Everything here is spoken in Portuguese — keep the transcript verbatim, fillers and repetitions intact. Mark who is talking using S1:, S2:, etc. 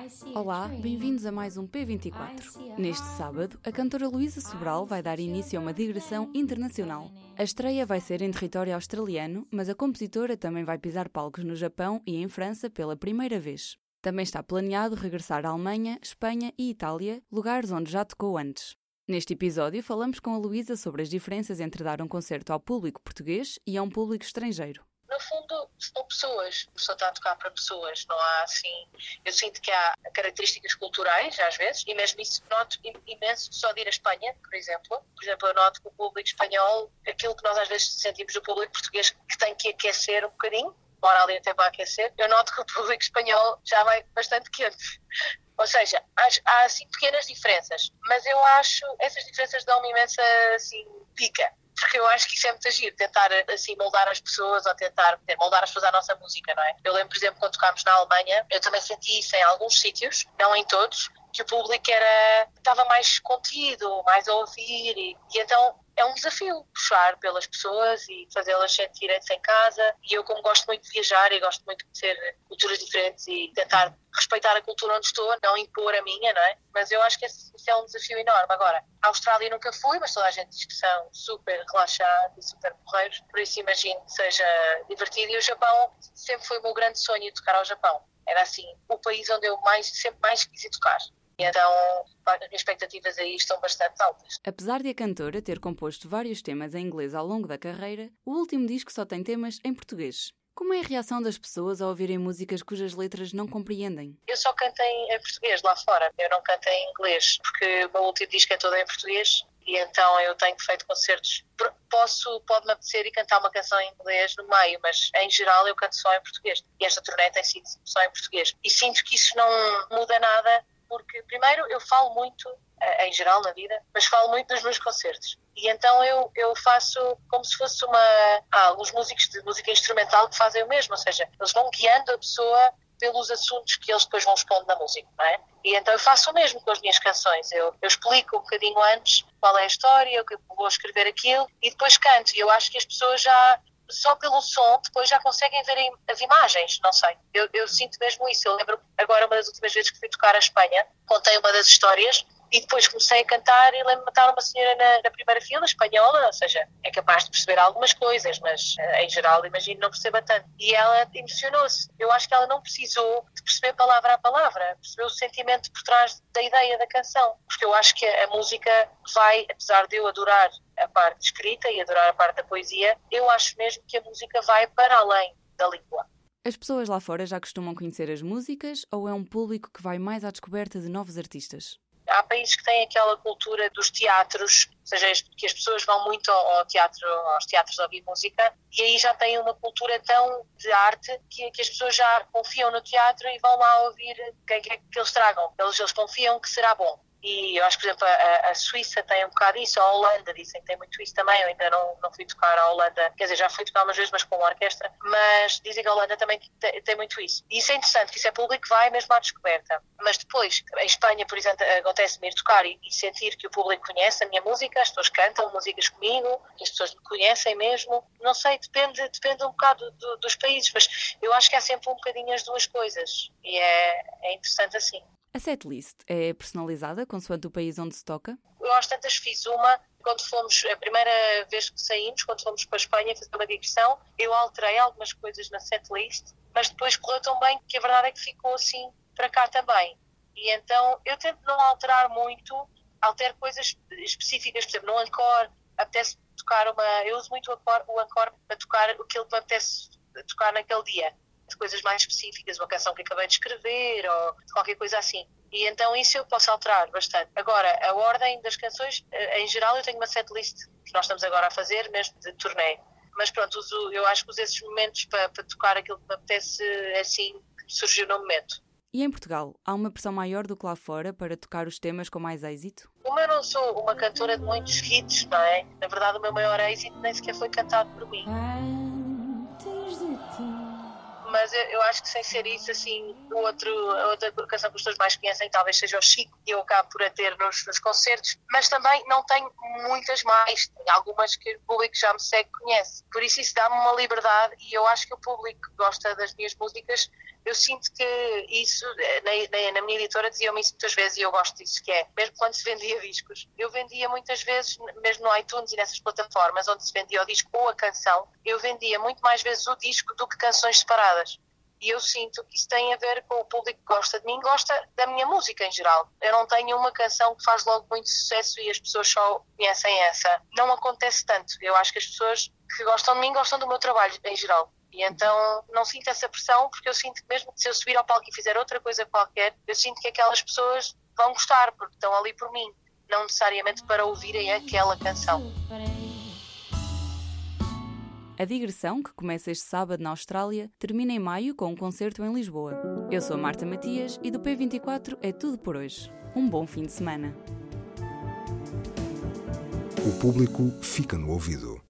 S1: Olá, bem-vindos a mais um P vinte e quatro. Neste sábado, a cantora Luísa Sobral vai dar início a uma digressão internacional. A estreia vai ser em território australiano, mas a compositora também vai pisar palcos no Japão e em França pela primeira vez. Também está planeado regressar à Alemanha, Espanha e Itália, lugares onde já tocou antes. Neste episódio, falamos com a Luísa sobre as diferenças entre dar um concerto ao público português e a um público estrangeiro.
S2: No fundo, são pessoas. A pessoa está a tocar para pessoas. Não há assim... Eu sinto que há características culturais, às vezes, e mesmo isso noto imenso só de ir à Espanha, por exemplo. Por exemplo, eu noto que o público espanhol, aquilo que nós às vezes sentimos do público português, que tem que aquecer um bocadinho, embora ali até para aquecer, eu noto que o público espanhol já vai bastante quente. Ou seja, há, há assim pequenas diferenças, mas eu acho essas diferenças dão-me imensa assim, pica. Porque eu acho que isso é muito agir, tentar assim moldar as pessoas ou tentar moldar as pessoas à nossa música, não é? Eu lembro, por exemplo, quando tocámos na Alemanha, eu também senti isso em alguns sítios, não em todos, que o público era, estava mais contido, mais a ouvir e, e então é um desafio puxar pelas pessoas e fazê-las sentirem-se em casa. E eu, como gosto muito de viajar e gosto muito de conhecer culturas diferentes e tentar respeitar a cultura onde estou, não impor a minha, não é? Mas eu acho que esse, esse é um desafio enorme. Agora, a Austrália nunca fui, mas toda a gente diz que são super relaxados e super porreiros, por isso imagino que seja divertido. E o Japão sempre foi o meu grande sonho de tocar ao Japão. Era assim, o país onde eu mais, sempre mais quis ir tocar. Então, as minhas expectativas aí estão bastante altas.
S1: Apesar de a cantora ter composto vários temas em inglês ao longo da carreira, o último disco só tem temas em português. Como é a reação das pessoas ao ouvirem músicas cujas letras não compreendem?
S2: Eu só canto em português lá fora, eu não canto em inglês, porque o meu último disco é todo em português e então eu tenho feito concertos. Posso, pode-me apetecer e cantar uma canção em inglês no meio, mas em geral eu canto só em português. E esta turnê tem sido só em português. E sinto que isso não muda nada, porque primeiro eu falo muito, em geral na vida, mas falo muito dos meus concertos. E então eu, eu faço como se fosse uma... Há alguns músicos de música instrumental que fazem o mesmo, ou seja, eles vão guiando a pessoa pelos assuntos que eles depois vão expondo na música, não é? E então eu faço o mesmo com as minhas canções. Eu, eu explico um bocadinho antes qual é a história, eu vou escrever aquilo e depois canto. E eu acho que as pessoas já... só pelo som, depois já conseguem ver as imagens, não sei. Eu, eu sinto mesmo isso. Eu lembro agora, uma das últimas vezes que fui tocar à Espanha, contei uma das histórias e depois comecei a cantar e lembro-me de estar uma senhora na, na primeira fila, espanhola, ou seja, é capaz de perceber algumas coisas, mas em geral, imagino, não perceba tanto. E ela emocionou-se. Eu acho que ela não precisou de perceber palavra a palavra, percebeu o sentimento por trás da ideia da canção. Porque eu acho que a, a música vai, apesar de eu adorar a parte escrita e adorar a parte da poesia, eu acho mesmo que a música vai para além da língua.
S1: As pessoas lá fora já costumam conhecer as músicas ou é um público que vai mais à descoberta de novos artistas?
S2: Há países que têm aquela cultura dos teatros, ou seja, que as pessoas vão muito ao teatro, aos teatros a ouvir música, e aí já têm uma cultura tão de arte que, que as pessoas já confiam no teatro e vão lá ouvir o que é que eles tragam. Eles, eles confiam que será bom. E eu acho que, por exemplo, a, a Suíça tem um bocado isso, a Holanda dizem que tem muito isso também. Eu ainda não, não fui tocar a Holanda, quer dizer, já fui tocar umas vezes, mas com uma orquestra, mas dizem que a Holanda também tem, tem muito isso. E isso é interessante, que isso é público que vai mesmo à descoberta. Mas depois, em Espanha, por exemplo, acontece-me ir tocar e, e sentir que o público conhece a minha música, as pessoas cantam músicas comigo, que as pessoas me conhecem mesmo. Não sei, depende, depende um bocado do, dos países, mas eu acho que há sempre um bocadinho as duas coisas. E é, é interessante assim.
S1: A setlist é personalizada consoante o país onde se toca?
S2: Eu às tantas fiz uma, quando fomos, a primeira vez que saímos, quando fomos para a Espanha fazer uma digressão, eu alterei algumas coisas na setlist, mas depois correu tão bem que a verdade é que ficou assim para cá também. E então eu tento não alterar muito, altero coisas específicas, por exemplo, no encore, apetece tocar uma... Eu uso muito o encore, o encore para tocar aquilo que me apetece tocar naquele dia. De coisas mais específicas, uma canção que acabei de escrever ou qualquer coisa assim. E então isso eu posso alterar bastante. Agora, a ordem das canções, em geral eu tenho uma setlist que nós estamos agora a fazer, mesmo de turnê. Mas pronto, uso, eu acho que uso esses momentos para, para tocar aquilo que me apetece assim, que surgiu no momento.
S1: E em Portugal, há uma pressão maior do que lá fora para tocar os temas com mais êxito?
S2: Como eu não sou uma cantora de muitos hits, não é? Na verdade o meu maior êxito nem sequer foi cantado por mim. Mas eu, eu acho que sem ser isso, assim, o outro, a outra canção que as pessoas mais conhecem talvez seja o Chico, e eu acabo por a ter nos, nos concertos, mas também não tenho muitas mais, tenho algumas que o público já me segue e conhece. Por isso isso dá-me uma liberdade e eu acho que o público que gosta das minhas músicas eu sinto que isso, na, na, na minha editora diziam-me isso muitas vezes e eu gosto disso, que é, mesmo quando se vendia discos, eu vendia muitas vezes, mesmo no iTunes e nessas plataformas onde se vendia o disco ou a canção, eu vendia muito mais vezes o disco do que canções separadas. E eu sinto que isso tem a ver com o público que gosta de mim, gosta da minha música em geral. Eu não tenho uma canção que faz logo muito sucesso e as pessoas só conhecem essa. Não acontece tanto. Eu acho que as pessoas que gostam de mim gostam do meu trabalho em geral. E então não sinto essa pressão, porque eu sinto que mesmo que se eu subir ao palco e fizer outra coisa qualquer, eu sinto que aquelas pessoas vão gostar, porque estão ali por mim, não necessariamente para ouvirem aquela canção.
S1: A digressão, que começa este sábado na Austrália, termina em maio com um concerto em Lisboa. Eu sou a Marta Matias e do P vinte e quatro é tudo por hoje. Um bom fim de semana.
S3: O público fica no ouvido.